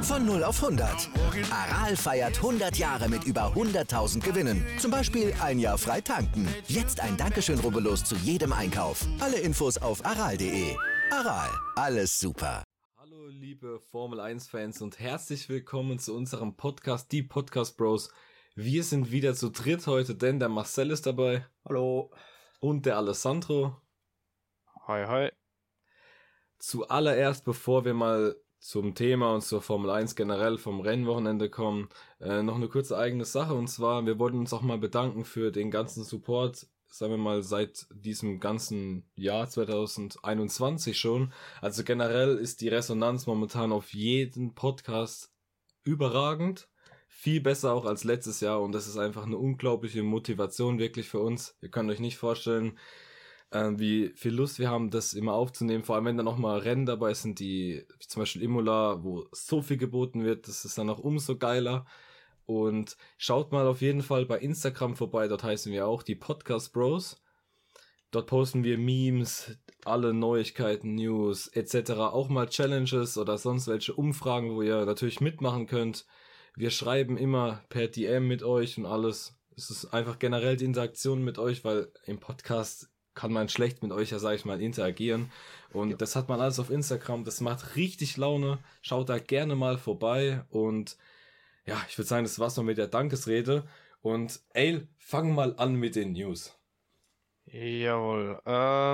Von 0 auf 100. Aral feiert 100 Jahre mit über 100.000 Gewinnen. Zum Beispiel ein Jahr frei tanken. Jetzt ein Dankeschön, rubbellos zu jedem Einkauf. Alle Infos auf aral.de. Aral, alles super. Hallo liebe Formel 1 Fans und herzlich willkommen zu unserem Podcast, die Podcast Bros. Wir sind wieder zu dritt heute, denn der Marcel ist dabei. Hallo. Und der Alessandro. Hi, hi. Zuallererst, bevor wir mal zum Thema und zur Formel 1 generell vom Rennwochenende kommen, noch eine kurze eigene Sache, und zwar, wir wollten uns auch mal bedanken für den ganzen Support, sagen wir mal, seit diesem ganzen Jahr 2021 schon. Also generell ist die Resonanz momentan auf jeden Podcast überragend, viel besser auch als letztes Jahr, und das ist einfach eine unglaubliche Motivation wirklich für uns. Ihr könnt euch nicht vorstellen, wie viel Lust wir haben, das immer aufzunehmen, vor allem wenn da nochmal Rennen dabei sind, die wie zum Beispiel Imola, wo so viel geboten wird, das ist dann auch umso geiler. Und schaut mal auf jeden Fall bei Instagram vorbei, dort heißen wir auch die Podcast Bros. Dort posten wir Memes, alle Neuigkeiten, News etc., auch mal Challenges oder sonst welche Umfragen, wo ihr natürlich mitmachen könnt. Wir schreiben immer per DM mit euch und alles. Es ist einfach generell die Interaktion mit euch, weil im Podcast kann man schlecht mit euch, ja, sag ich mal, interagieren. Und das hat man alles auf Instagram. Das macht richtig Laune. Schaut da gerne mal vorbei. Und ja, ich würde sagen, das war's noch mit der Dankesrede. Und ey, fang mal an mit den News. Jawohl.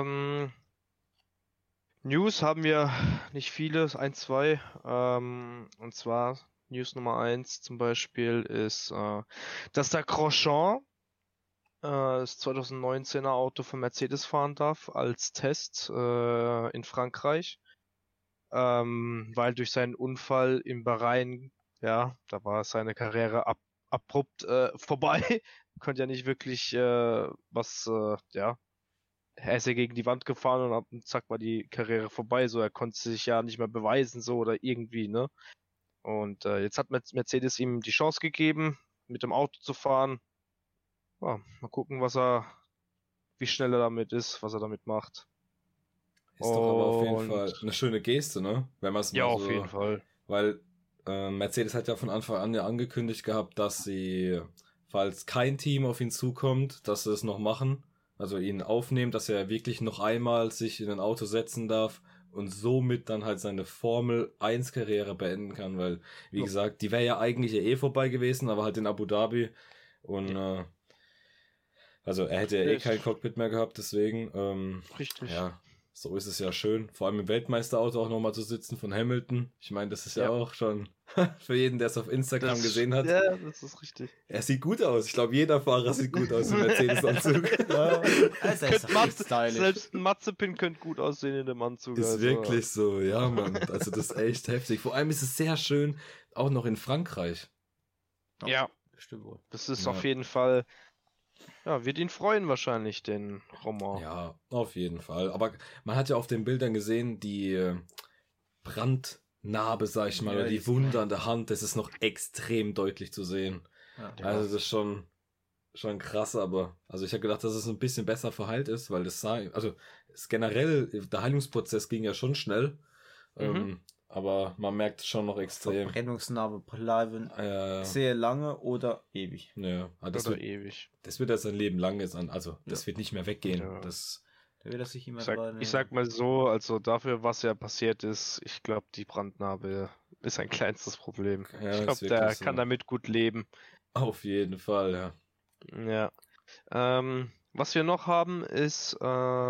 News haben wir nicht viele, ein, zwei. Und zwar News Nummer 1 zum Beispiel ist, dass der Grosjean das 2019er Auto von Mercedes fahren darf als Test in Frankreich, weil durch seinen Unfall in Bahrain, ja, da war seine Karriere abrupt vorbei, konnte ja nicht wirklich er ist ja gegen die Wand gefahren und zack war die Karriere vorbei, so er konnte sich ja nicht mehr beweisen, so oder irgendwie, ne? Und jetzt hat Mercedes ihm die Chance gegeben, mit dem Auto zu fahren. Ja, mal gucken, wie schnell er damit ist, was er damit macht. Ist doch aber auf jeden Fall eine schöne Geste, ne? Wenn man es mal ja, so, auf jeden Fall. Weil Mercedes hat ja von Anfang an ja angekündigt gehabt, dass sie, falls kein Team auf ihn zukommt, dass sie es noch machen, also ihn aufnehmen, dass er wirklich noch einmal sich in ein Auto setzen darf und somit dann halt seine Formel 1 Karriere beenden kann, weil, wie gesagt, die wäre ja eigentlich vorbei gewesen, aber halt in Abu Dhabi und also er hätte ja kein Cockpit mehr gehabt, deswegen, Richtig. Ja, so ist es ja schön, vor allem im Weltmeisterauto auch nochmal zu sitzen von Hamilton. Ich meine, das ist ja auch schon für jeden, der es auf Instagram gesehen hat. Ja, das ist richtig. Er sieht gut aus. Ich glaube, jeder Fahrer sieht gut aus im Mercedes-Anzug. Ja, das ist Selbst ein Matzepin könnte gut aussehen in dem Anzug. Ist wirklich so, ja, Mann. Also das ist echt heftig. Vor allem ist es sehr schön, auch noch in Frankreich. Ja, stimmt wohl. Das ist auf jeden Fall... Ja, wird ihn freuen wahrscheinlich, den Roman. Ja, auf jeden Fall. Aber man hat ja auf den Bildern gesehen, die Brandnarbe, sag ich mal, oder die Wunde an der Hand, das ist noch extrem deutlich zu sehen. Ja, also das ist schon krass, aber also ich habe gedacht, dass es ein bisschen besser verheilt ist, weil das ist generell, der Heilungsprozess ging ja schon schnell. Aber man merkt schon noch extrem. Verbrennungsnarbe bleiben sehr lange oder ewig. Ja, ewig. Das wird ja sein Leben lang jetzt das wird nicht mehr weggehen. Ja. Da wird er sich immer ich sag mal so, also dafür, was ja passiert ist, ich glaube, die Brandnarbe ist ein kleinstes Problem. Ja, ich glaube, der kann damit gut leben. Auf jeden Fall, ja. Ja. Was wir noch haben, ist,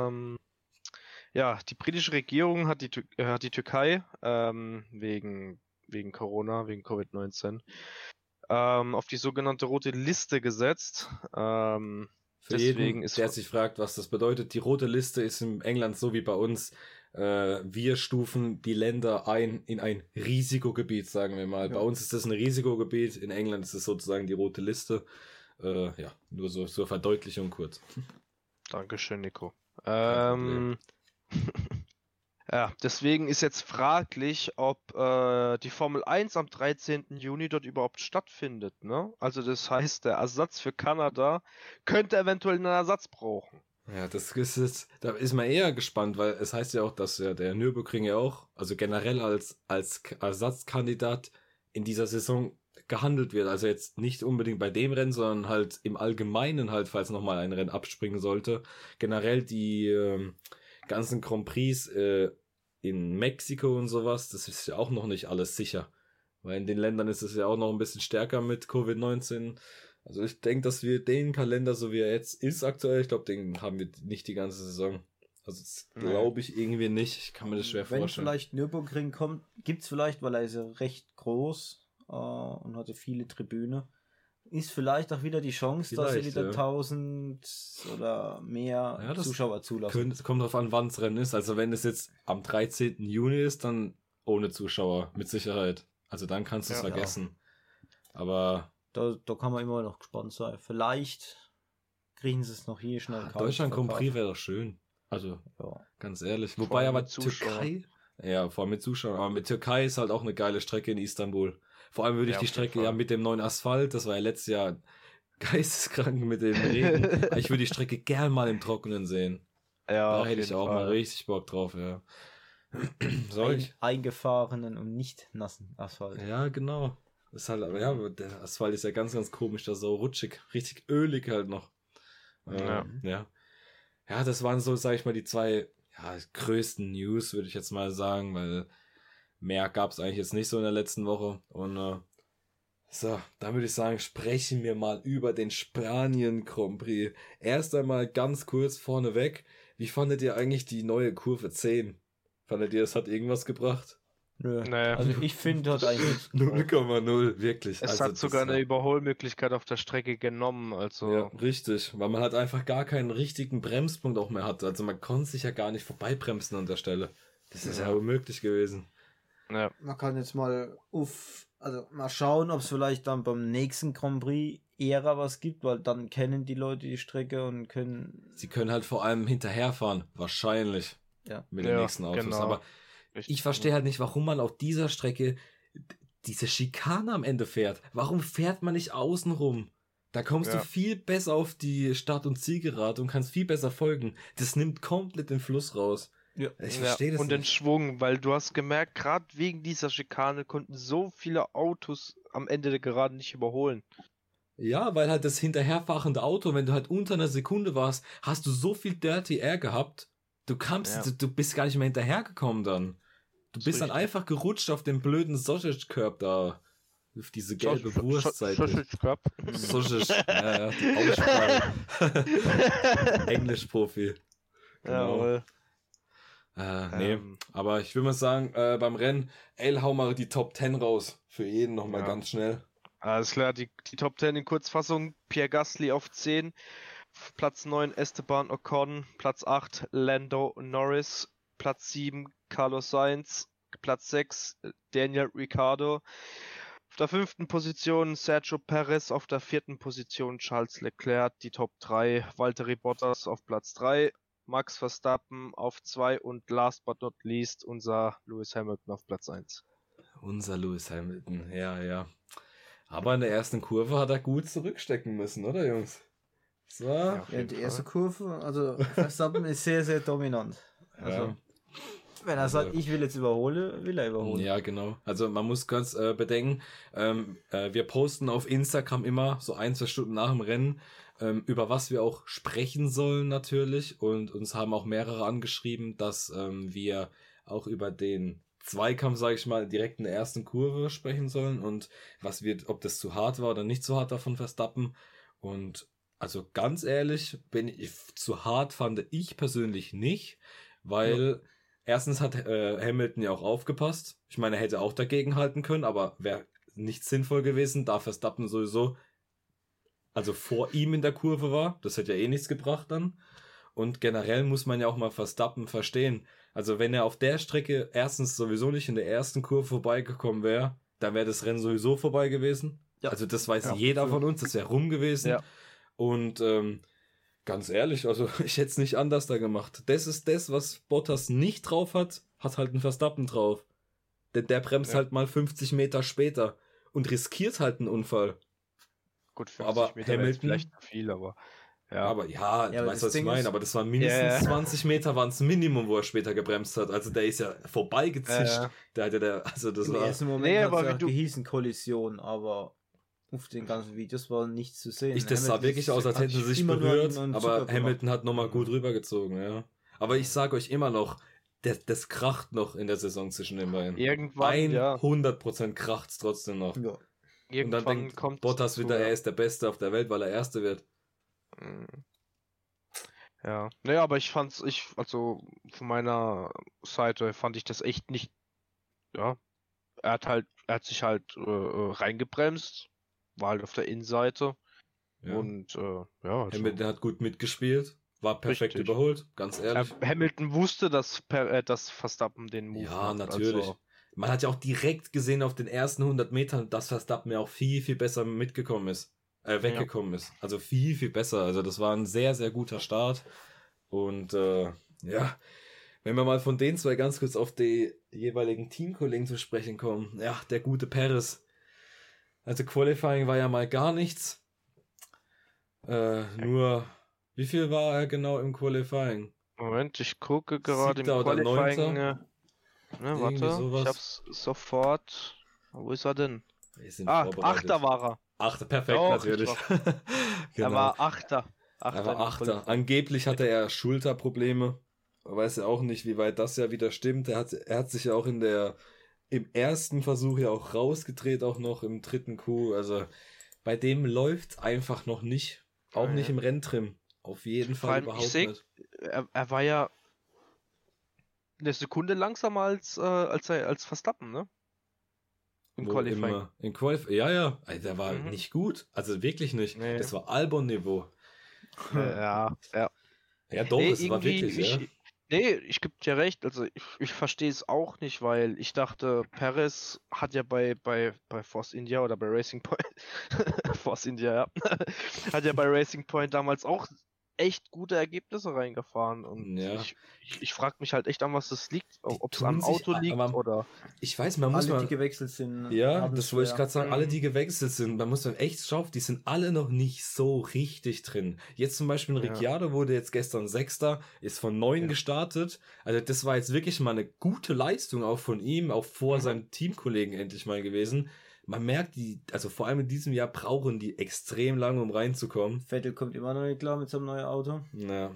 ja, die britische Regierung hat die Türkei wegen Corona, wegen Covid-19 auf die sogenannte rote Liste gesetzt. Für jeden, der sich fragt, was das bedeutet, die rote Liste ist in England so wie bei uns. Wir stufen die Länder ein in ein Risikogebiet, sagen wir mal. Ja. Bei uns ist das ein Risikogebiet, in England ist es sozusagen die rote Liste. Ja, nur so zur Verdeutlichung kurz. Dankeschön, Nico. Ja, deswegen ist jetzt fraglich, ob die Formel 1 am 13. Juni dort überhaupt stattfindet, ne? Also das heißt, der Ersatz für Kanada könnte eventuell einen Ersatz brauchen. Ja, da ist man eher gespannt, weil es heißt ja auch, dass ja der Nürburgring ja auch, also generell als Ersatzkandidat in dieser Saison gehandelt wird. Also jetzt nicht unbedingt bei dem Rennen, sondern halt im Allgemeinen halt, falls nochmal ein Rennen abspringen sollte. Generell die ganzen Grand Prix in Mexiko und sowas, das ist ja auch noch nicht alles sicher. Weil in den Ländern ist es ja auch noch ein bisschen stärker mit Covid-19. Also ich denke, dass wir den Kalender, so wie er jetzt ist aktuell, ich glaube, den haben wir nicht die ganze Saison. Also das glaube ich irgendwie nicht. Ich kann mir das schwer vorstellen. Wenn vielleicht Nürburgring kommt, gibt es vielleicht, weil er ist ja recht groß und hatte viele Tribüne, ist vielleicht auch wieder die Chance, dass sie wieder 1000 oder mehr Zuschauer zulassen. Kommt drauf an, wann das Rennen ist. Also wenn es jetzt am 13. Juni ist, dann ohne Zuschauer, mit Sicherheit. Also dann kannst du es vergessen. Aber da kann man immer noch gespannt sein. Vielleicht kriegen sie es noch hier schnell. Deutschland Grand Prix wäre doch schön. Also, ganz ehrlich. Wobei aber Türkei... Ja, vor allem mit Zuschauern. Aber mit Türkei ist halt auch eine geile Strecke in Istanbul. Vor allem würde ich die Strecke mit dem neuen Asphalt, das war ja letztes Jahr geisteskrank mit dem Regen. Ich würde die Strecke gern mal im Trockenen sehen. Ja, da hätte ich auch mal richtig Bock drauf, ja. Eingefahrenen und nicht nassen Asphalt. Ja, genau. Das ist halt, aber der Asphalt ist ja ganz, ganz komisch, da so rutschig, richtig ölig halt noch. Ja, das waren so, sag ich mal, die zwei größten News, würde ich jetzt mal sagen, weil mehr gab es eigentlich jetzt nicht so in der letzten Woche. Und so, dann würde ich sagen, sprechen wir mal über den Spanien Grand Prix. Erst einmal ganz kurz vorneweg, wie fandet ihr eigentlich die neue Kurve 10? Fandet ihr, es hat irgendwas gebracht? Nö. Also ich finde, hat eigentlich 0,0, wirklich. Es hat sogar eine Überholmöglichkeit auf der Strecke genommen, also. Ja, richtig, weil man halt einfach gar keinen richtigen Bremspunkt auch mehr hatte. Also man konnte sich ja gar nicht vorbeibremsen an der Stelle. Das ist ja unmöglich gewesen. Ja. Man kann jetzt mal mal schauen, ob es vielleicht dann beim nächsten Grand Prix eher was gibt, weil dann kennen die Leute die Strecke und können... Sie können halt vor allem hinterherfahren, wahrscheinlich. Mit den nächsten Autos. Genau. Aber ich verstehe halt nicht, warum man auf dieser Strecke diese Schikane am Ende fährt. Warum fährt man nicht außen rum? Da kommst du viel besser auf die Start- und Zielgerade und kannst viel besser folgen. Das nimmt komplett den Fluss raus. Ja. Ich verstehe das und nicht. Den Schwung, weil du hast gemerkt, gerade wegen dieser Schikane konnten so viele Autos am Ende der Geraden nicht überholen. Ja, weil halt das hinterherfahrende Auto, wenn du halt unter einer Sekunde warst, hast du so viel Dirty Air gehabt, du bist gar nicht mehr hinterhergekommen dann. Du bist dann einfach gerutscht auf den blöden Sausage Curb da. Auf diese gelbe Wurstseite. Sausage Curb? Sausage, die Aussprache. Englisch-Profi. Genau. Nee, aber ich will mal sagen, beim Rennen, hau mal die Top 10 raus. Für jeden nochmal ganz schnell. Alles klar, die Top 10 in Kurzfassung. Pierre Gasly auf 10. Platz 9 Esteban Ocon. Platz 8 Lando Norris. Platz 7 Carlos Sainz. Platz 6 Daniel Ricciardo. Auf der 5. Position Sergio Perez. Auf der 4. Position Charles Leclerc. Die Top 3 Valtteri Bottas auf Platz 3. Max Verstappen auf 2 und last but not least unser Lewis Hamilton auf Platz 1. Unser Lewis Hamilton, ja. Aber in der ersten Kurve hat er gut zurückstecken müssen, oder Jungs? So. Ja, die erste Kurve, also Verstappen ist sehr, sehr dominant. Also, wenn er sagt, ich will jetzt überholen, will er überholen. Ja, genau. Also man muss ganz bedenken, wir posten auf Instagram immer so 1-2 Stunden nach dem Rennen, über was wir auch sprechen sollen natürlich, und uns haben auch mehrere angeschrieben, dass wir auch über den Zweikampf, sage ich mal, direkt in der ersten Kurve sprechen sollen und ob das zu hart war oder nicht zu hart davon Verstappen. Und also ganz ehrlich, zu hart fand ich persönlich nicht, weil erstens hat Hamilton ja auch aufgepasst. Ich meine, er hätte auch dagegen halten können, aber wäre nicht sinnvoll gewesen, da Verstappen sowieso vor ihm in der Kurve war. Das hätte ja eh nichts gebracht dann. Und generell muss man ja auch mal Verstappen verstehen. Also wenn er auf der Strecke erstens sowieso nicht in der ersten Kurve vorbeigekommen wäre, dann wäre das Rennen sowieso vorbei gewesen. Ja. Also das weiß jeder von uns, das wäre rum gewesen. Ja. Und ganz ehrlich, also ich hätte es nicht anders da gemacht. Das ist das, was Bottas nicht drauf hat, hat halt ein Verstappen drauf. Denn der bremst halt mal 50 Meter später und riskiert halt einen Unfall. Gut, 50 aber Meter Hamilton vielleicht viel, aber... Ja, aber du weißt, was ich meine, aber das waren mindestens 20 Meter, waren es Minimum, wo er später gebremst hat. Also der ist ja vorbeigezischt. Also das Im war... ersten Moment hat es ja gehießen Kollision, aber auf den ganzen Videos war nichts zu sehen. Das sah wirklich aus, als hätten sie sich berührt, aber Hamilton hat nochmal gut rübergezogen, ja. Aber ich sage euch immer noch, das kracht noch in der Saison zwischen den beiden. Irgendwann, 100% kracht es trotzdem noch. Ja. Und dann denkt Bottas wieder, er ist der Beste auf der Welt, weil er Erster wird. Ja, naja, aber also von meiner Seite fand ich das echt nicht, er hat sich halt reingebremst, war halt auf der Innenseite und Hamilton hat gut mitgespielt, war perfekt überholt, ganz ehrlich. Hamilton wusste, dass Verstappen den Move macht. Natürlich. Also, man hat ja auch direkt gesehen auf den ersten 100 Metern, dass Verstappen ja auch viel, viel besser weggekommen ist. Also viel, viel besser. Also das war ein sehr, sehr guter Start. Und wenn wir mal von den zwei ganz kurz auf die jeweiligen Teamkollegen zu sprechen kommen. Ja, der gute Perez. Also Qualifying war ja mal gar nichts. Nur, wie viel war er genau im Qualifying? Moment, ich gucke gerade im Qualifying. Warte, sowas. Ich hab's sofort. Wo ist er denn? Achter war er. Achter, perfekt, natürlich. Genau. Er war Achter. Er war Achter. Angeblich hatte er Schulterprobleme. Weiß ja auch nicht, wie weit das ja wieder stimmt. Er hat sich ja auch im ersten Versuch ja auch rausgedreht, auch noch im dritten Coup. Also bei dem läuft's einfach noch nicht. Auch nicht im Renntrim. Auf jeden Fall überhaupt nicht. Er war ja eine Sekunde langsamer als Verstappen, ne? Im Qualifying. Im Qualifying, ja. Also, der war nicht gut. Also wirklich nicht. Nee. Das war Albon-Niveau. Ja, doch, es war wirklich, ich gebe dir recht. Also ich verstehe es auch nicht, weil ich dachte, Perez hat ja bei Force India oder bei Racing Point Force India, hat ja bei Racing Point damals auch echt gute Ergebnisse reingefahren und ich frage mich halt echt an, was das liegt, ob es am Auto liegt oder... Ich weiß, man muss alle, die gewechselt sind. Ja, das wollte ich gerade sagen, alle, die gewechselt sind, man muss dann echt schauen, die sind alle noch nicht so richtig drin. Jetzt zum Beispiel Ricciardo wurde jetzt gestern Sechster, ist von 9 gestartet, also das war jetzt wirklich mal eine gute Leistung auch von ihm, auch vor seinem Teamkollegen endlich mal gewesen. Man merkt, also vor allem in diesem Jahr brauchen die extrem lange, um reinzukommen. Vettel kommt immer noch nicht klar mit seinem neuen Auto. Ja.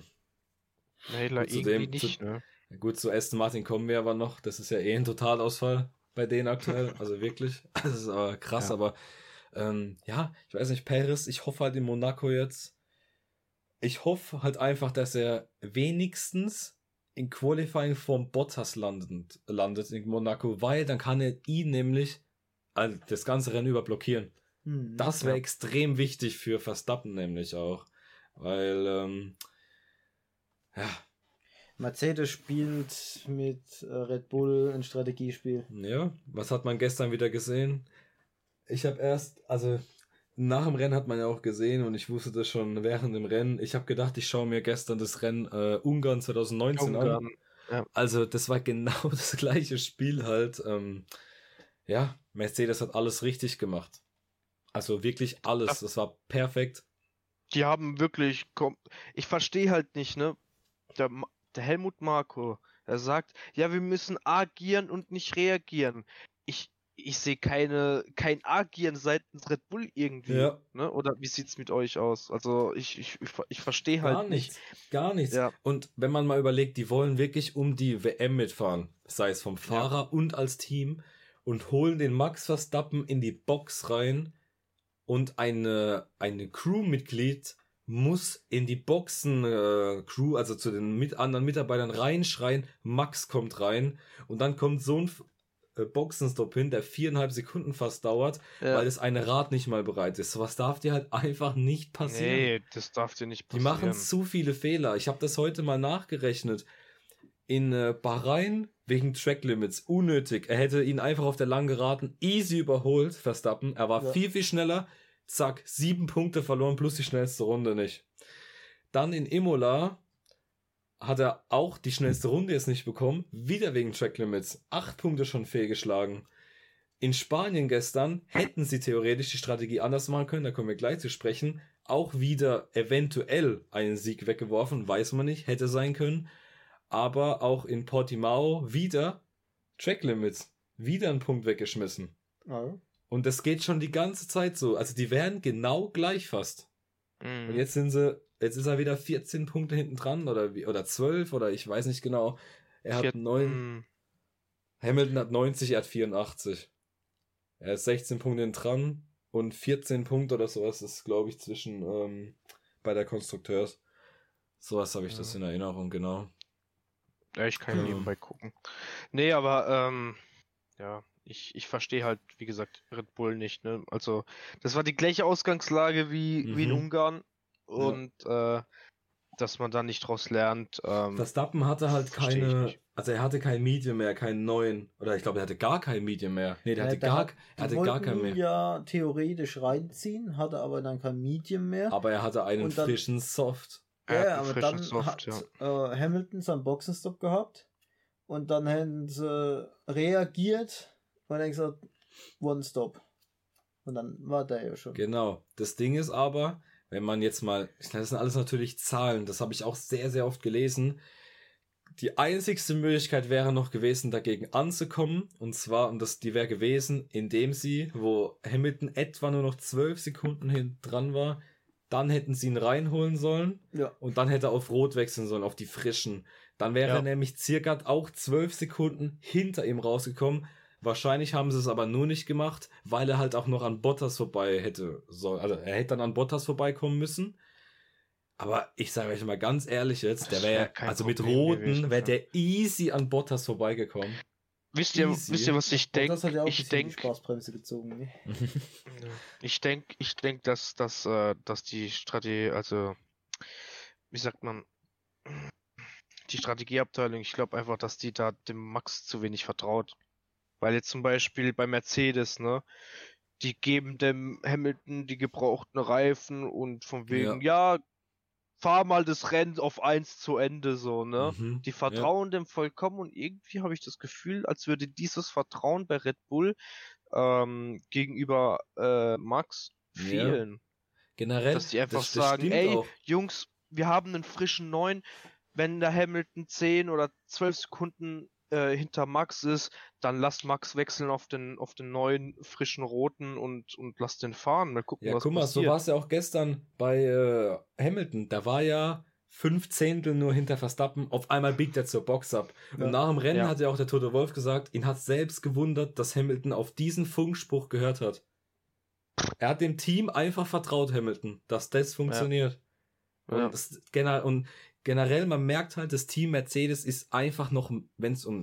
Ne? Gut, zu Aston Martin kommen wir aber noch. Das ist ja ein Totalausfall bei denen aktuell. Also wirklich. Das ist aber krass, aber ich weiß nicht, Perez, ich hoffe halt in Monaco jetzt. Ich hoffe halt einfach, dass er wenigstens in Qualifying vom Bottas landet in Monaco, weil dann kann er ihn nämlich das ganze Rennen über blockieren. Das wäre extrem wichtig für Verstappen nämlich auch. Weil, Mercedes spielt mit Red Bull ein Strategiespiel. Ja, was hat man gestern wieder gesehen? Ich habe nach dem Rennen hat man ja auch gesehen und ich wusste das schon während dem Rennen. Ich habe gedacht, ich schaue mir gestern das Rennen Ungarn 2019 an. Ja. Also das war genau das gleiche Spiel halt. Mercedes hat alles richtig gemacht. Also wirklich alles. Das war perfekt. Die haben wirklich... Ich verstehe halt nicht, ne? Der Helmut Marko, er sagt, ja, wir müssen agieren und nicht reagieren. Ich sehe kein Agieren seitens Red Bull irgendwie. Ja. Ne? Oder wie sieht's mit euch aus? Also ich verstehe halt nicht. Gar nichts. Ja. Und wenn man mal überlegt, die wollen wirklich um die WM mitfahren, sei es vom Fahrer und als Team, und holen den Max Verstappen in die Box rein und eine Crewmitglied muss in die Boxen-Crew, also zu den anderen Mitarbeitern reinschreien, Max kommt rein und dann kommt so ein Boxenstopp hin, der 4,5 Sekunden fast dauert, weil das eine Rad nicht mal bereit ist. Sowas darf dir halt einfach nicht passieren. Nee, das darf dir nicht passieren. Die machen zu viele Fehler. Ich habe das heute mal nachgerechnet. In Bahrain wegen Track Limits, unnötig. Er hätte ihn einfach auf der langen Geraden easy überholt, Verstappen. Er war viel, viel schneller. Zack, 7 Punkte verloren, plus die schnellste Runde nicht. Dann in Imola hat er auch die schnellste Runde jetzt nicht bekommen, wieder wegen Track Limits. 8 Punkte schon fehlgeschlagen. In Spanien gestern hätten sie theoretisch die Strategie anders machen können, da kommen wir gleich zu sprechen, auch wieder eventuell einen Sieg weggeworfen, weiß man nicht, hätte sein können. Aber auch in Portimao wieder Track Limits, wieder einen Punkt weggeschmissen. Ja. Und das geht schon die ganze Zeit so. Also die werden genau gleich fast. Und jetzt ist er wieder 14 Punkte hinten dran oder 12 oder ich weiß nicht genau. Er hat 9. Hamilton hat 90, er hat 84. Er ist 16 Punkte hinten dran und 14 Punkte oder sowas ist, glaube ich, zwischen bei der Konstrukteurs. Sowas habe ich das in Erinnerung, genau. Ja, ich kann nebenbei gucken. Nee, aber ja, ich verstehe halt, wie gesagt, Red Bull nicht, ne? Also, das war die gleiche Ausgangslage wie in Ungarn und dass man da nicht draus lernt. Verstappen hatte halt also er hatte kein Medium mehr, keinen neuen, oder ich glaube, er hatte gar kein Medium mehr. Nee, er hatte gar keinen mehr. Ja, theoretisch reinziehen, hatte aber dann kein Medium mehr. Aber er hatte einen frischen Soft. Ja, aber dann hat Hamilton seinen Boxenstopp gehabt und dann haben sie reagiert und dann gesagt, One Stop. Und dann war der ja schon. Genau. Das Ding ist aber, wenn man jetzt mal, das sind alles natürlich Zahlen, das habe ich auch sehr, sehr oft gelesen, die einzigste Möglichkeit wäre noch gewesen, dagegen anzukommen, und zwar, die wäre gewesen, indem sie, wo Hamilton etwa nur noch 12 Sekunden hinten dran war, dann hätten sie ihn reinholen sollen und dann hätte er auf Rot wechseln sollen, auf die frischen. Dann wäre er nämlich circa auch 12 Sekunden hinter ihm rausgekommen. Wahrscheinlich haben sie es aber nur nicht gemacht, weil er halt auch noch an Bottas vorbei hätte sollen. Also er hätte dann an Bottas vorbeikommen müssen. Aber ich sage euch mal ganz ehrlich jetzt, der wäre, also mit Roten wäre der easy an Bottas vorbeigekommen. Wisst ihr, was ich denke? Das hat ja auch die Spaßbremse gezogen. Ne? Ich denke, dass die Strategie, also wie sagt man, die Strategieabteilung, ich glaube einfach, dass die da dem Max zu wenig vertraut. Weil jetzt zum Beispiel bei Mercedes, ne, die geben dem Hamilton die gebrauchten Reifen und von wegen, fahr mal das Rennen auf 1 zu Ende, so, ne? Die vertrauen dem vollkommen und irgendwie habe ich das Gefühl, als würde dieses Vertrauen bei Red Bull gegenüber Max fehlen. Generell. Dass die einfach sagen, ey, auch. Jungs, wir haben einen frischen 9, wenn der Hamilton 10 oder 12 Sekunden hinter Max ist, dann lasst Max wechseln auf den neuen frischen Roten und lasst den fahren. Mal gucken, was passiert. So war es ja auch gestern bei Hamilton. Da war ja 5 Zehntel nur hinter Verstappen. Auf einmal biegt er zur Box ab. Und nach dem Rennen hat ja auch der Tote Wolf gesagt, ihn hat selbst gewundert, dass Hamilton auf diesen Funkspruch gehört hat. Er hat dem Team einfach vertraut, Hamilton, dass das funktioniert. Und generell, man merkt halt, das Team Mercedes ist einfach noch, wenn es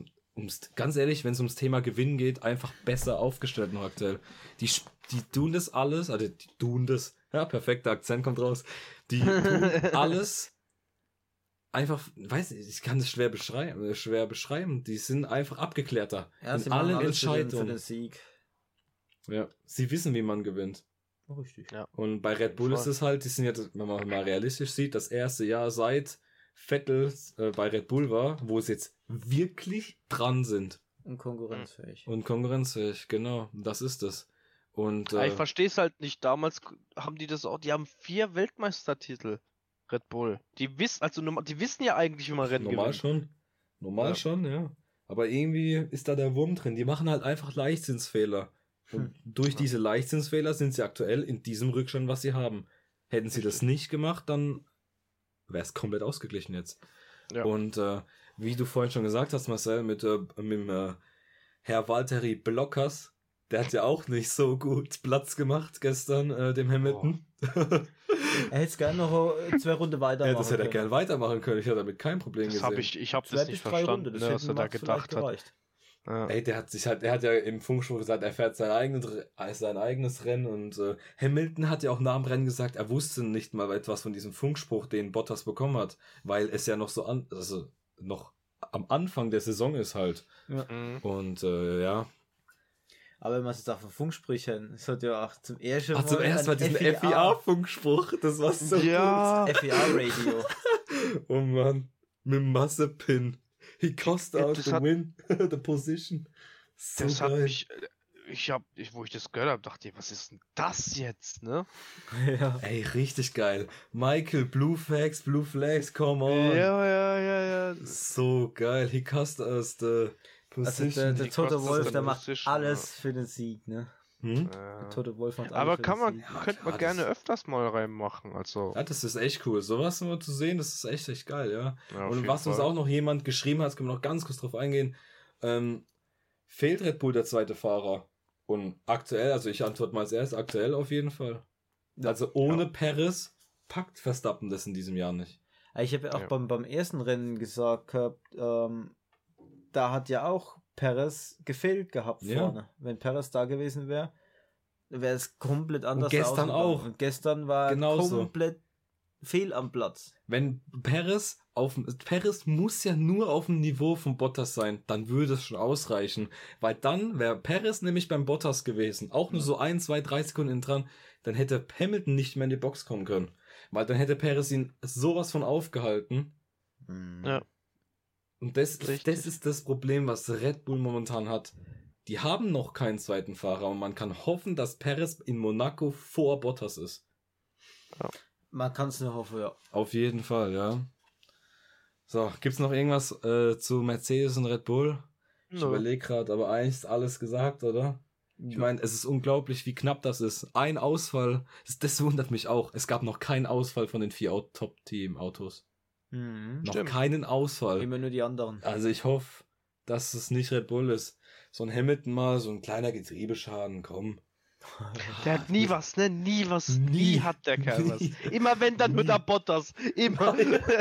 ums Thema Gewinnen geht, einfach besser aufgestellt noch aktuell. Die tun das alles, perfekter Akzent kommt raus, die tun alles einfach, weiß nicht, ich kann das schwer beschreiben, die sind einfach abgeklärter in allen Entscheidungen. Für den Sieg. Ja, sie wissen, wie man gewinnt. Richtig. Ja. Und bei Red Bull ist es halt, die sind ja, wenn man mal realistisch sieht, das erste Jahr seit Vettel bei Red Bull war, wo es jetzt wirklich dran sind. Und konkurrenzfähig. Genau. Das ist es. Und ich verstehe es halt nicht. Damals haben die das auch, die haben 4 Weltmeistertitel, Red Bull. Die wissen ja eigentlich, wie man Rennen gewinnt. Normal schon, ja. Aber irgendwie ist da der Wurm drin. Die machen halt einfach Leichtsinnsfehler. Und durch diese Leichtsinnsfehler sind sie aktuell in diesem Rückstand, was sie haben. Hätten sie das nicht gemacht, dann wäre es komplett ausgeglichen jetzt. Ja. Und wie du vorhin schon gesagt hast, Marcel, mit dem Herr Valtteri Blockers, der hat ja auch nicht so gut Platz gemacht gestern, dem Hamilton. Er hätte es gerne noch 2 Runden weitermachen können. Das hätte er gerne weitermachen können. Ich hätte damit kein Problem gesehen. Ich habe das nicht verstanden, was er da gedacht hat. Ja. Ey, er hat ja im Funkspruch gesagt, er fährt sein eigenes Rennen und Hamilton hat ja auch nach dem Rennen gesagt, er wusste nicht mal etwas von diesem Funkspruch, den Bottas bekommen hat, weil es ja noch so noch am Anfang der Saison ist halt. Ja. Und ja. Aber wenn man es jetzt auf den Funkspruch hin, es hat ja auch zum ersten Mal diesen FIA-Funkspruch, das war so gut. FIA-Radio. Oh Mann, mit Massepin. He cost out the win, the position. So das hat mich, wo ich das gehört habe, dachte ich, was ist denn das jetzt, ne? Ja. Ey, richtig geil. Michael, Blue Flags, come on. Ja. So geil. He cost us the position. Also der Tote Wolf, der macht Position, alles für den Sieg, ne? Der Tote Wolf macht alles Aber für kann den Sieg. könnte man gerne öfters mal reinmachen, also. Ja, das ist echt cool. Sowas nur zu sehen, das ist echt geil, ja. Ja, auf Und jeden was uns Fall. auch noch jemand geschrieben hat, können wir noch ganz kurz drauf eingehen, fehlt Red Bull der zweite Fahrer? Und aktuell, also ich antworte mal als erstes, aktuell auf jeden Fall. Also ohne Perez packt Verstappen das in diesem Jahr nicht. Ich habe ja auch beim ersten Rennen gesagt gehabt, da hat ja auch Perez gefehlt gehabt vorne. Wenn Perez da gewesen wäre, wäre es komplett anders. Und gestern ausgegangen. auch. Und gestern war Genauso. komplett fehl am Platz. Wenn Perez muss ja nur auf dem Niveau von Bottas sein, dann würde es schon ausreichen. Weil dann wäre Perez nämlich beim Bottas gewesen. Auch nur so 1, 2, 3 Sekunden dran. Dann hätte Hamilton nicht mehr in die Box kommen können. Weil dann hätte Perez ihn sowas von aufgehalten. Ja. Und das ist das Problem, was Red Bull momentan hat. Die haben noch keinen zweiten Fahrer und man kann hoffen, dass Perez in Monaco vor Bottas ist. Ja. Man kann es nur hoffen, ja. Auf jeden Fall, ja. So, gibt's noch irgendwas zu Mercedes und Red Bull? Ich überlege gerade, aber eigentlich ist alles gesagt, oder? Ich meine, es ist unglaublich, wie knapp das ist. Ein Ausfall, das wundert mich auch. Es gab noch keinen Ausfall von den 4 Top-Team-Autos. Noch Stimmt. keinen Ausfall. Immer nur die anderen. Also ich hoffe, dass es nicht Red Bull ist. So ein Hamilton mal, so ein kleiner Getriebeschaden, komm. Der hat nie was, ne? Nie hat der Kerl was. Immer wenn, dann mit der Bottas. Immer.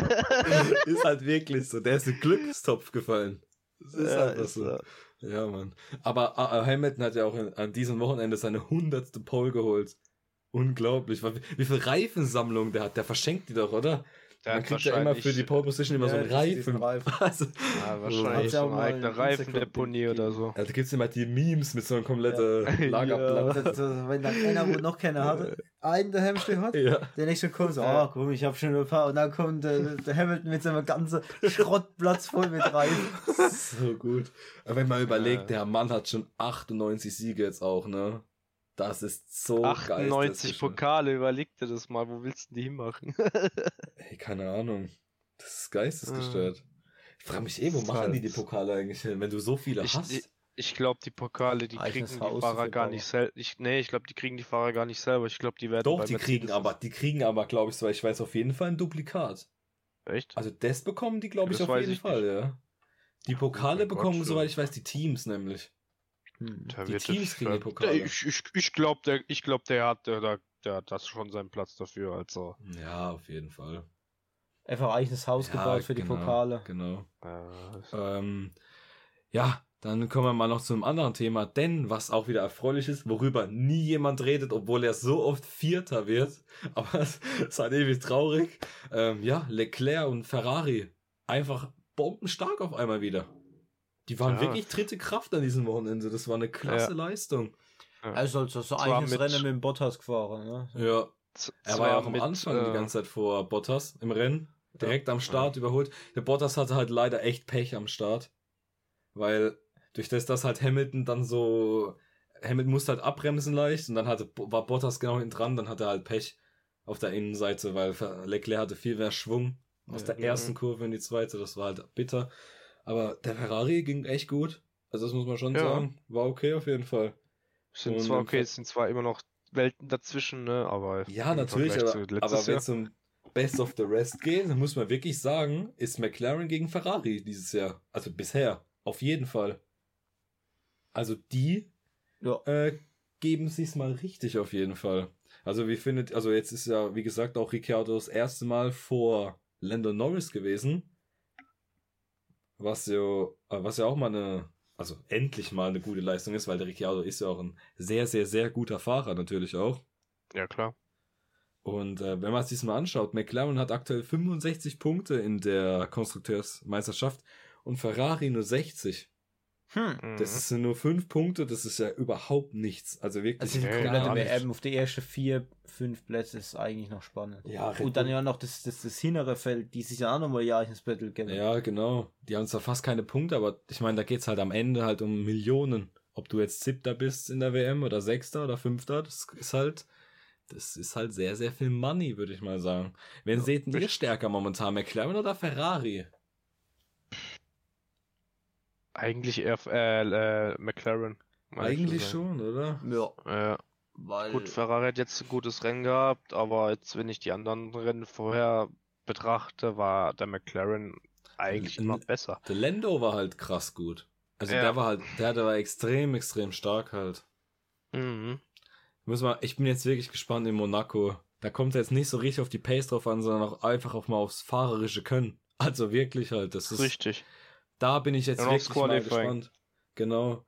Ist halt wirklich so. Der ist ein Glückstopf gefallen. Das ist einfach ist so. Ja, Mann. Aber Hamilton hat ja auch an diesem Wochenende seine 100. Pole geholt. Unglaublich. Wie viel Reifensammlung der hat. Der verschenkt die doch, oder? Man kriegt ja immer für die Pole Position immer so einen Reifen. Reifen. Ja, wahrscheinlich so eine eigene Reifendeponie oder so. Also gibt's immer die Memes mit so einem kompletten Lagerplatz. Wenn dann einer, wo noch keiner hatte, einen daheim stehen hat, Ja. der nächste kommt so, komm, ich hab schon ein paar. Und dann kommt der Hamilton mit seinem ganzen Schrottplatz voll mit Reifen. So gut. Aber wenn man überlegt, der Mann hat schon 98 Siege jetzt auch, ne? Das ist so 98 Pokale, überleg dir das mal, wo willst du die hinmachen? Ey, keine Ahnung. Das ist geistesgestört. Ich frage mich wo machen die Pokale eigentlich hin, wenn du so viele hast? Ich glaube, die Pokale, die kriegen die Fahrer gar nicht selber. Ich glaube, die kriegen die Fahrer gar nicht selber. Ich glaube, die werden Doch, die kriegen aber, glaube ich, so, ich weiß auf jeden Fall ein Duplikat. Echt? Also das bekommen die, glaube ich, auf jeden Fall, ja. Die Pokale bekommen, soweit ich weiß, die Teams nämlich. Die Teams kriegen die Pokale. Ich glaube, der hat das schon seinen Platz dafür, also. Ja, auf jeden Fall. Einfach eigenes Haus gebaut für die Pokale. Genau. Ja, dann kommen wir mal noch zu einem anderen Thema, denn was auch wieder erfreulich ist, worüber nie jemand redet, obwohl er so oft Vierter wird, aber es ist halt ewig traurig. Leclerc und Ferrari einfach bombenstark auf einmal wieder. Die waren wirklich dritte Kraft an diesem Wochenende. Das war eine klasse Leistung. Also so eigenes Rennen mit dem Bottas gefahren, ne? Ja. Er war ja auch am Anfang die ganze Zeit vor Bottas im Rennen. Direkt am Start überholt. Der Bottas hatte halt leider echt Pech am Start. Weil durch das halt Hamilton dann so... Hamilton musste halt abbremsen leicht und dann war Bottas genau hinten dran. Dann hatte er halt Pech auf der Innenseite, weil Leclerc hatte viel mehr Schwung aus der ersten Kurve in die zweite. Das war halt bitter. Aber der Ferrari ging echt gut. Also das muss man schon sagen. War okay auf jeden Fall. Es sind zwar immer noch Welten dazwischen, ne? Aber ja, natürlich, aber wenn es um Best of the Rest geht, dann muss man wirklich sagen, ist McLaren gegen Ferrari dieses Jahr. Also bisher. Auf jeden Fall. Also die geben sich's mal richtig auf jeden Fall. Also jetzt ist ja, wie gesagt, auch Ricciardo das erste Mal vor Lando Norris gewesen. Was ja auch mal endlich mal eine gute Leistung ist, weil der Ricciardo ist ja auch ein sehr, sehr, sehr guter Fahrer natürlich auch. Ja, klar. Und wenn man es sich mal anschaut, McLaren hat aktuell 65 Punkte in der Konstrukteursmeisterschaft und Ferrari nur 60. Das sind nur 5 Punkte, das ist ja überhaupt nichts. Also wirklich. Also die komplette WM auf die ersten 4, 5 Plätze ist eigentlich noch spannend. Ja, und dann ja noch das hintere Feld, die sich ja auch nochmal ins Battle geben. Ja, genau. Die haben zwar fast keine Punkte, aber ich meine, da geht's halt am Ende halt um Millionen ob du jetzt 7. bist in der WM oder 6. oder 5., das ist halt sehr, sehr viel Money, würde ich mal sagen. Wen seht ihr stärker momentan, McLaren oder Ferrari? Eigentlich eher McLaren. Eigentlich schon, oder? Ja. Weil Gut, Ferrari hat jetzt ein gutes Rennen gehabt, aber jetzt, wenn ich die anderen Rennen vorher betrachte, war der McLaren eigentlich immer besser. Der Lando war halt krass gut. Also der war extrem, extrem stark halt. Mhm. Ich bin jetzt wirklich gespannt in Monaco. Da kommt es jetzt nicht so richtig auf die Pace drauf an, sondern auch einfach mal aufs fahrerische Können. Also wirklich halt, das ist... Richtig. Da bin ich jetzt Und wirklich mal gespannt. Genau.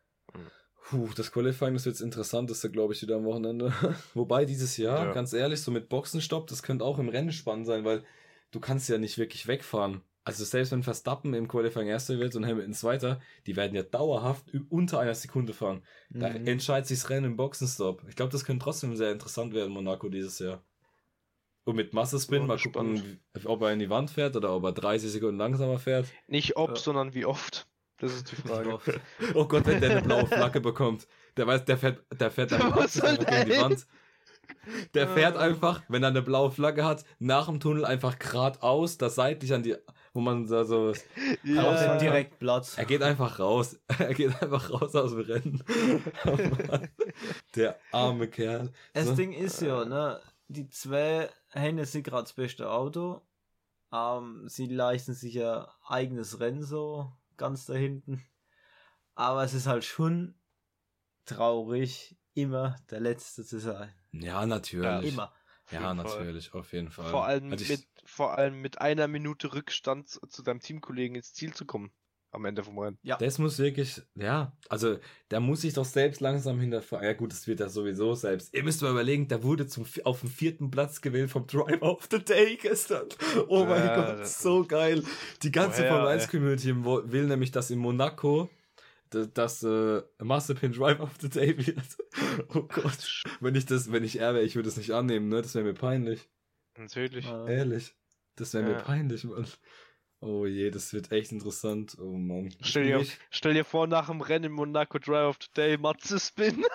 Das Qualifying ist jetzt interessanteste, glaube ich, wieder am Wochenende. Wobei dieses Jahr, ganz ehrlich, so mit Boxenstopp, das könnte auch im Rennen spannend sein, weil du kannst ja nicht wirklich wegfahren. Also selbst wenn Verstappen im Qualifying Erster wird und Hamilton Zweiter, die werden ja dauerhaft unter einer Sekunde fahren. Da entscheidet sich das Rennen im Boxenstopp. Ich glaube, das könnte trotzdem sehr interessant werden, Monaco dieses Jahr. Und mit Massespin mal gucken, ob er in die Wand fährt oder ob er 30 Sekunden langsamer fährt. Nicht ob, sondern wie oft. Das ist die Frage. Oh Gott, wenn der eine blaue Flagge bekommt. Der fährt einfach gegen die Wand. Der fährt einfach, wenn er eine blaue Flagge hat, nach dem Tunnel einfach geradeaus, da seitlich an die, wo man da so... Ja, direkt Platz. Er geht einfach raus. Er geht einfach raus aus dem Rennen. Oh Mann. Der arme Kerl. Das Ding ist ja, ne, die zwei haben jetzt nicht gerade das beste Auto. Sie leisten sich ja eigenes Rennen so ganz da hinten. Aber es ist halt schon traurig, immer der Letzte zu sein. Ja, natürlich. Ja, immer. Ja, natürlich, auf jeden Fall. Vor allem mit einer Minute Rückstand zu deinem Teamkollegen ins Ziel zu kommen. Am Ende vom Rennen. Ja. Das muss wirklich, also der muss sich doch selbst langsam hinterfragen. Ja gut, das wird er sowieso selbst. Ihr müsst mal überlegen, der wurde auf dem 4. Platz gewählt vom Driver of the Day gestern. Oh mein Gott, so geil. Die ganze Formel 1 Community will nämlich, dass in Monaco das Mazepin Driver of the Day wird. Oh Gott. Wenn ich er wäre, ich würde es nicht annehmen, ne? Das wäre mir peinlich. Natürlich. Ehrlich. Das wäre mir peinlich, Mann. Oh je, das wird echt interessant. Oh Mann. Stell dir vor, nach dem Rennen in Monaco Drive of the Day, Mazepin.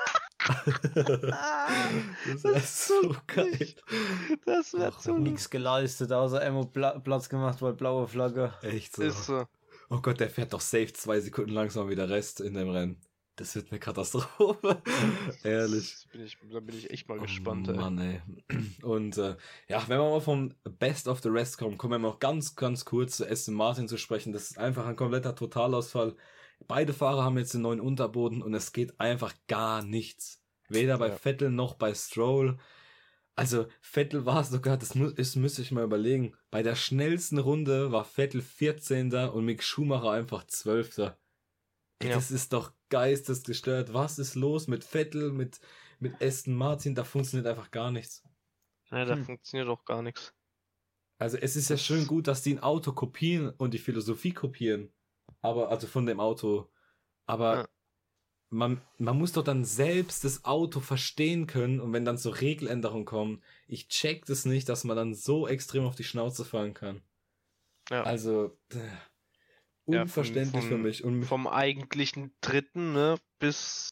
Das wäre so geil. Das wäre so nichts geleistet, außer einmal Platz gemacht, weil blaue Flagge. Echt so. Ist so. Oh Gott, der fährt doch safe 2 Sekunden langsam wie der Rest in dem Rennen. Das wird eine Katastrophe. Ehrlich. Da bin ich echt mal gespannt. Mann, ey. Und wenn wir mal vom Best of the Rest kommen wir noch ganz, ganz kurz zu Aston Martin zu sprechen. Das ist einfach ein kompletter Totalausfall. Beide Fahrer haben jetzt den neuen Unterboden und es geht einfach gar nichts. Weder bei Vettel noch bei Stroll. Also Vettel war sogar, müsste ich mal überlegen, bei der schnellsten Runde war Vettel 14. und Mick Schumacher einfach 12. Das ist doch geistesgestört. Was ist los mit Vettel, mit Aston Martin? Da funktioniert einfach gar nichts. Ja, da funktioniert auch gar nichts. Also es ist ja schön gut, dass die ein Auto kopieren und die Philosophie kopieren. Also von dem Auto. Aber man muss doch dann selbst das Auto verstehen können und wenn dann so Regeländerungen kommen, ich check das nicht, dass man dann so extrem auf die Schnauze fallen kann. Ja. Also... unverständlich für mich. Und vom eigentlichen 3., ne, bis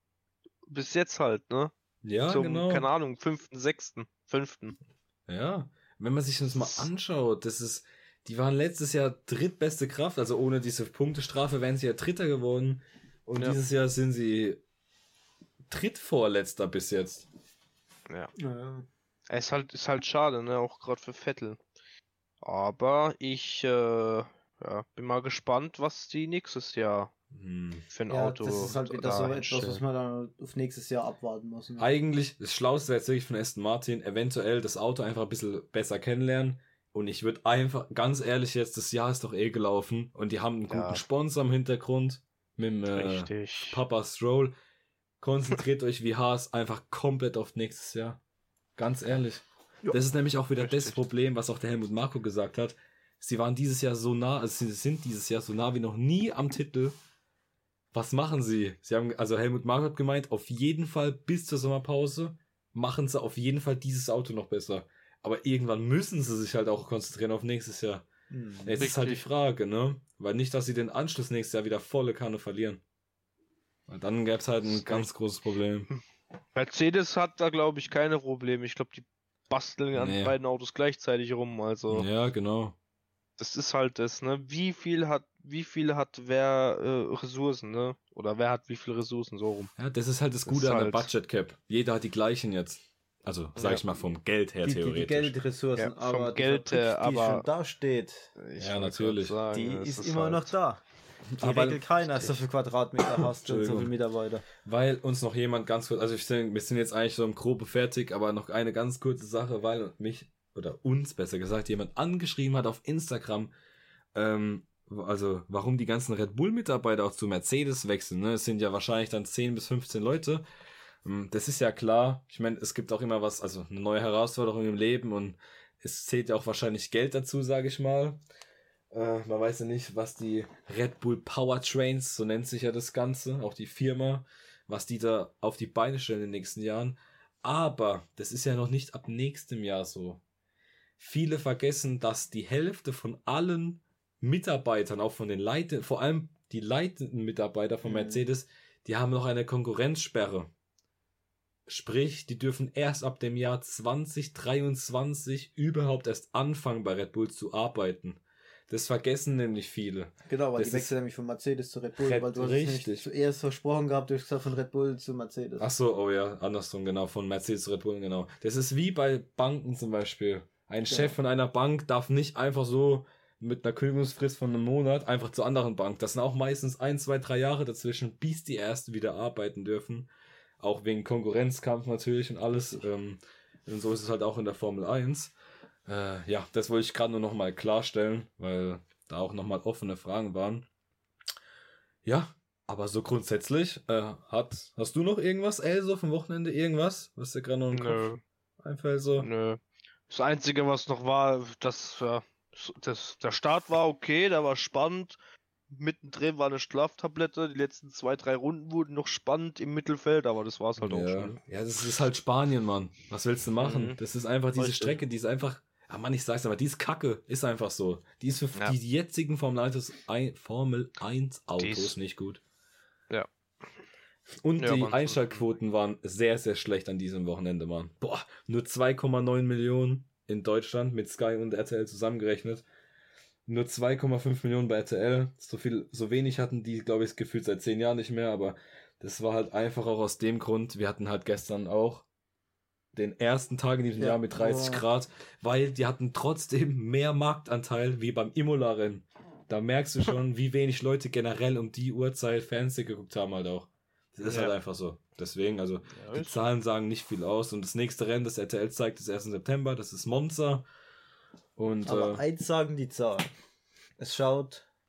jetzt halt, ne? Ja, genau. Keine Ahnung, 5., 6., 5. Ja, wenn man sich das mal anschaut, die waren letztes Jahr drittbeste Kraft, also ohne diese Punktestrafe wären sie ja Dritter geworden und dieses Jahr sind sie Drittvorletzter bis jetzt. Ja. Es ist halt schade, ne, auch gerade für Vettel. Aber ich bin mal gespannt, was die nächstes Jahr für ein Auto. Das ist halt wieder so etwas, was man dann auf nächstes Jahr abwarten muss. Ne? Eigentlich, das Schlauste wäre jetzt wirklich von Aston Martin, eventuell das Auto einfach ein bisschen besser kennenlernen. Und ich würde einfach, ganz ehrlich jetzt, das Jahr ist doch gelaufen. Und die haben einen guten Sponsor im Hintergrund. Mit dem Papa Stroll. Konzentriert euch wie Haas einfach komplett auf nächstes Jahr. Ganz ehrlich. Jo. Das ist nämlich auch wieder das Problem, was auch der Helmut Marko gesagt hat. Sie waren dieses Jahr so nah, also sie sind dieses Jahr so nah wie noch nie am Titel. Was machen sie? Also Helmut Marko hat gemeint, auf jeden Fall bis zur Sommerpause machen sie auf jeden Fall dieses Auto noch besser. Aber irgendwann müssen sie sich halt auch konzentrieren auf nächstes Jahr. Jetzt ist halt die Frage, ne? Weil nicht, dass sie den Anschluss nächstes Jahr wieder volle Kanne verlieren. Weil dann gäbe es halt ein ganz großes Problem. Mercedes hat da, glaube ich, keine Probleme. Ich glaube, die basteln an beiden Autos gleichzeitig rum. Also ja, genau. Das ist halt das, ne? Wie viel hat wer Ressourcen, ne? Oder wer hat wie viele Ressourcen so rum? Ja, das ist halt das Gute an der Budget Cap. Jeder hat die gleichen jetzt. Also, sag ich mal, vom Geld her theoretisch. Die Geldressourcen, ja, aber vom Geld her, die schon da steht. Ja, natürlich. Sagen, die ist immer noch da. Die regelt keiner, so viel Quadratmeter hast und so viele Mitarbeiter. Weil uns noch jemand ganz kurz, also wir sind jetzt eigentlich so im Grobe fertig, aber noch eine ganz kurze Sache, weil uns besser gesagt, jemand angeschrieben hat auf Instagram, also warum die ganzen Red Bull Mitarbeiter auch zu Mercedes wechseln, ne? Es sind ja wahrscheinlich dann 10 bis 15 Leute. Das ist ja klar. Ich meine, es gibt auch immer also eine neue Herausforderung im Leben und es zählt ja auch wahrscheinlich Geld dazu, sage ich mal. Man weiß ja nicht, was die Red Bull Powertrains, so nennt sich ja das Ganze, auch die Firma, was die da auf die Beine stellen in den nächsten Jahren. Aber das ist ja noch nicht ab nächstem Jahr so. Viele vergessen, dass die Hälfte von allen Mitarbeitern, auch von den vor allem die leitenden Mitarbeiter von Mercedes, die haben noch eine Konkurrenzsperre. Sprich, die dürfen erst ab dem Jahr 2023 überhaupt erst anfangen, bei Red Bull zu arbeiten. Das vergessen nämlich viele. Genau, weil die wechseln nämlich von Mercedes zu Red Bull, weil du hast es zuerst versprochen gehabt, du hast gesagt von Red Bull zu Mercedes. Ach so, oh ja, andersrum, genau, von Mercedes zu Red Bull, genau. Das ist wie bei Banken zum Beispiel. Ein Chef von einer Bank darf nicht einfach so mit einer Kündigungsfrist von einem Monat einfach zur anderen Bank. Das sind auch meistens 1, 2, 3 Jahre dazwischen, bis die erst wieder arbeiten dürfen. Auch wegen Konkurrenzkampf natürlich und alles. Und so ist es halt auch in der Formel 1. Ja, das wollte ich gerade nur nochmal klarstellen, weil da auch nochmal offene Fragen waren. Ja, aber so grundsätzlich, hast du noch irgendwas, so vom Wochenende, irgendwas, was dir gerade noch im Kopf einfällt? So? Nö. Das Einzige, was noch war, der Start war okay, der war spannend. Mittendrin war eine Schlaftablette, die letzten 2, 3 Runden wurden noch spannend im Mittelfeld, aber das war's halt auch schon. Ja, das ist halt Spanien, Mann. Was willst du machen? Das ist einfach diese Strecke, die ist einfach, Mann, ich sag's aber, die ist kacke, ist einfach so. Die ist für die jetzigen Formel 1 Autos nicht gut. Ja. Und die Einschaltquoten waren sehr, sehr schlecht an diesem Wochenende, Mann. Boah, nur 2,9 Millionen in Deutschland mit Sky und RTL zusammengerechnet. Nur 2,5 Millionen bei RTL. So wenig hatten die, glaube ich, gefühlt seit 10 Jahren nicht mehr, aber das war halt einfach auch aus dem Grund. Wir hatten halt gestern auch den ersten Tag in diesem Jahr mit 30 Grad, weil die hatten trotzdem mehr Marktanteil wie beim Imola-Rennen. Da merkst du schon, wie wenig Leute generell um die Uhrzeit Fernsehen geguckt haben halt auch. Das ist halt einfach so. Deswegen, also die Zahlen sagen nicht viel aus. Und das nächste Rennen, das RTL zeigt, ist erst im September. Das ist Monza. Und, aber eins sagen die Zahlen. Es schauen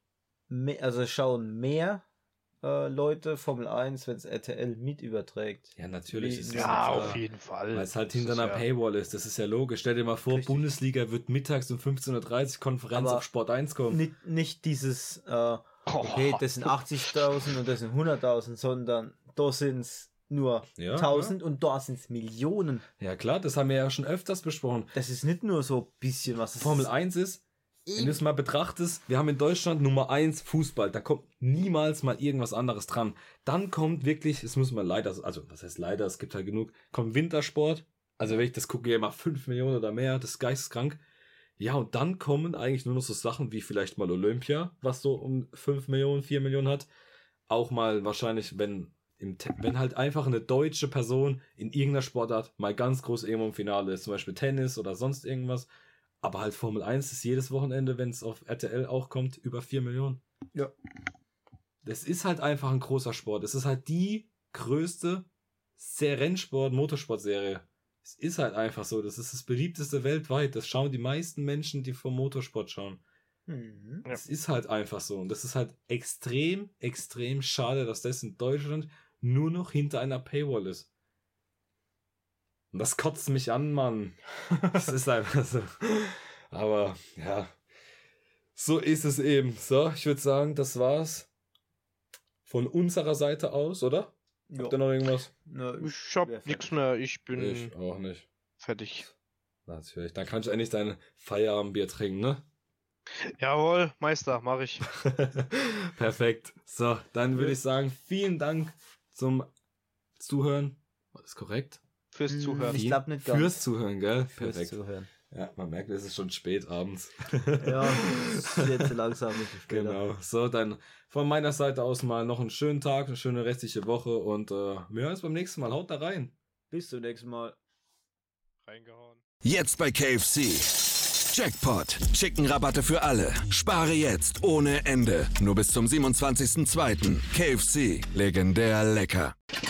mehr Leute Formel 1, wenn es RTL mit überträgt. Ja, natürlich. Auf jeden Fall. Weil es halt hinter einer Paywall ist. Das ist ja logisch. Stell dir mal vor, richtig. Bundesliga wird mittags um 15.30 Uhr Konferenz auf Sport 1 kommen. Nicht dieses, okay, das sind 80.000 und das sind 100.000, sondern da sind es nur 1000 und da sind es Millionen. Ja klar, das haben wir ja schon öfters besprochen. Das ist nicht nur so ein bisschen was. Formel 1 ist, wenn du es mal betrachtest, wir haben in Deutschland Nummer 1 Fußball, da kommt niemals mal irgendwas anderes dran. Dann kommt wirklich, es muss mal leider, also was heißt leider, es gibt halt genug, kommt Wintersport, also wenn ich das gucke, ja immer 5 Millionen oder mehr, das ist geisteskrank. Ja, und dann kommen eigentlich nur noch so Sachen wie vielleicht mal Olympia, was so um 5 Millionen, 4 Millionen hat. Auch mal wahrscheinlich, wenn halt einfach eine deutsche Person in irgendeiner Sportart mal ganz groß irgendwo im Finale ist, zum Beispiel Tennis oder sonst irgendwas. Aber halt Formel 1 ist jedes Wochenende, wenn es auf RTL auch kommt, über 4 Millionen. Ja. Das ist halt einfach ein großer Sport. Es ist halt die größte Motorsportserie. Es ist halt einfach so. Das ist das beliebteste weltweit. Das schauen die meisten Menschen, die vom Motorsport schauen. Es ist halt einfach so. Und das ist halt extrem, extrem schade, dass das in Deutschland nur noch hinter einer Paywall ist. Und das kotzt mich an, Mann. Das ist einfach so. Aber, ja. So ist es eben. So, ich würde sagen, das war's von unserer Seite aus, oder? Ja. Habt ihr noch irgendwas? Ich hab nichts mehr. Ich auch nicht. Fertig. Natürlich. Dann kannst du endlich dein Feierabendbier trinken, ne? Jawohl, Meister, mache ich. Perfekt. So, dann würde ich sagen, vielen Dank zum Zuhören. War das korrekt? Fürs Zuhören. Ich glaube nicht ganz. Fürs Zuhören, gell? Fürs Perfekt. Zuhören. Ja, man merkt, es ist schon spät abends. Ja, es ist jetzt langsam ein bisschen später. Genau. So, dann von meiner Seite aus mal noch einen schönen Tag, eine schöne restliche Woche und wir hören uns beim nächsten Mal. Haut da rein. Bis zum nächsten Mal. Reingehauen. Jetzt bei KFC. Jackpot. Chicken-Rabatte für alle. Spare jetzt ohne Ende. Nur bis zum 27.02. KFC. Legendär lecker.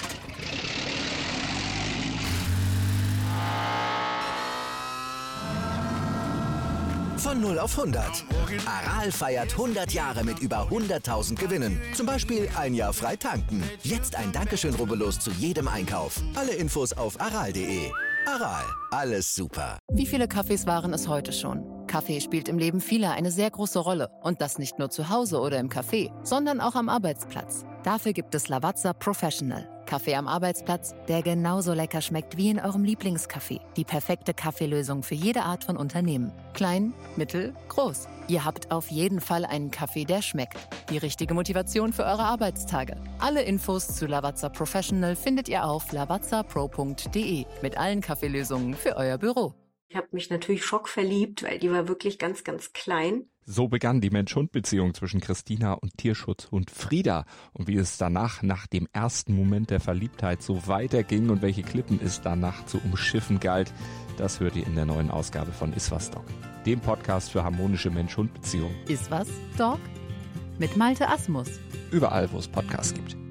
Von 0 auf 100. Aral feiert 100 Jahre mit über 100.000 Gewinnen. Zum Beispiel ein Jahr frei tanken. Jetzt ein Dankeschön, rubbellos zu jedem Einkauf. Alle Infos auf aral.de. Aral, alles super. Wie viele Kaffees waren es heute schon? Kaffee spielt im Leben vieler eine sehr große Rolle. Und das nicht nur zu Hause oder im Café, sondern auch am Arbeitsplatz. Dafür gibt es Lavazza Professional. Kaffee am Arbeitsplatz, der genauso lecker schmeckt wie in eurem Lieblingscafé. Die perfekte Kaffeelösung für jede Art von Unternehmen. Klein, mittel, groß. Ihr habt auf jeden Fall einen Kaffee, der schmeckt. Die richtige Motivation für eure Arbeitstage. Alle Infos zu Lavazza Professional findet ihr auf lavazzapro.de mit allen Kaffeelösungen für euer Büro. Ich habe mich natürlich schockverliebt, weil die war wirklich ganz, ganz klein. So begann die Mensch-Hund-Beziehung zwischen Christina und Tierschutzhund Frieda. Und wie es danach, nach dem ersten Moment der Verliebtheit, so weiterging und welche Klippen es danach zu umschiffen galt, das hört ihr in der neuen Ausgabe von Iswas Dog, dem Podcast für harmonische Mensch-Hund-Beziehungen. Iswas Dog? Mit Malte Asmus. Überall, wo es Podcasts gibt.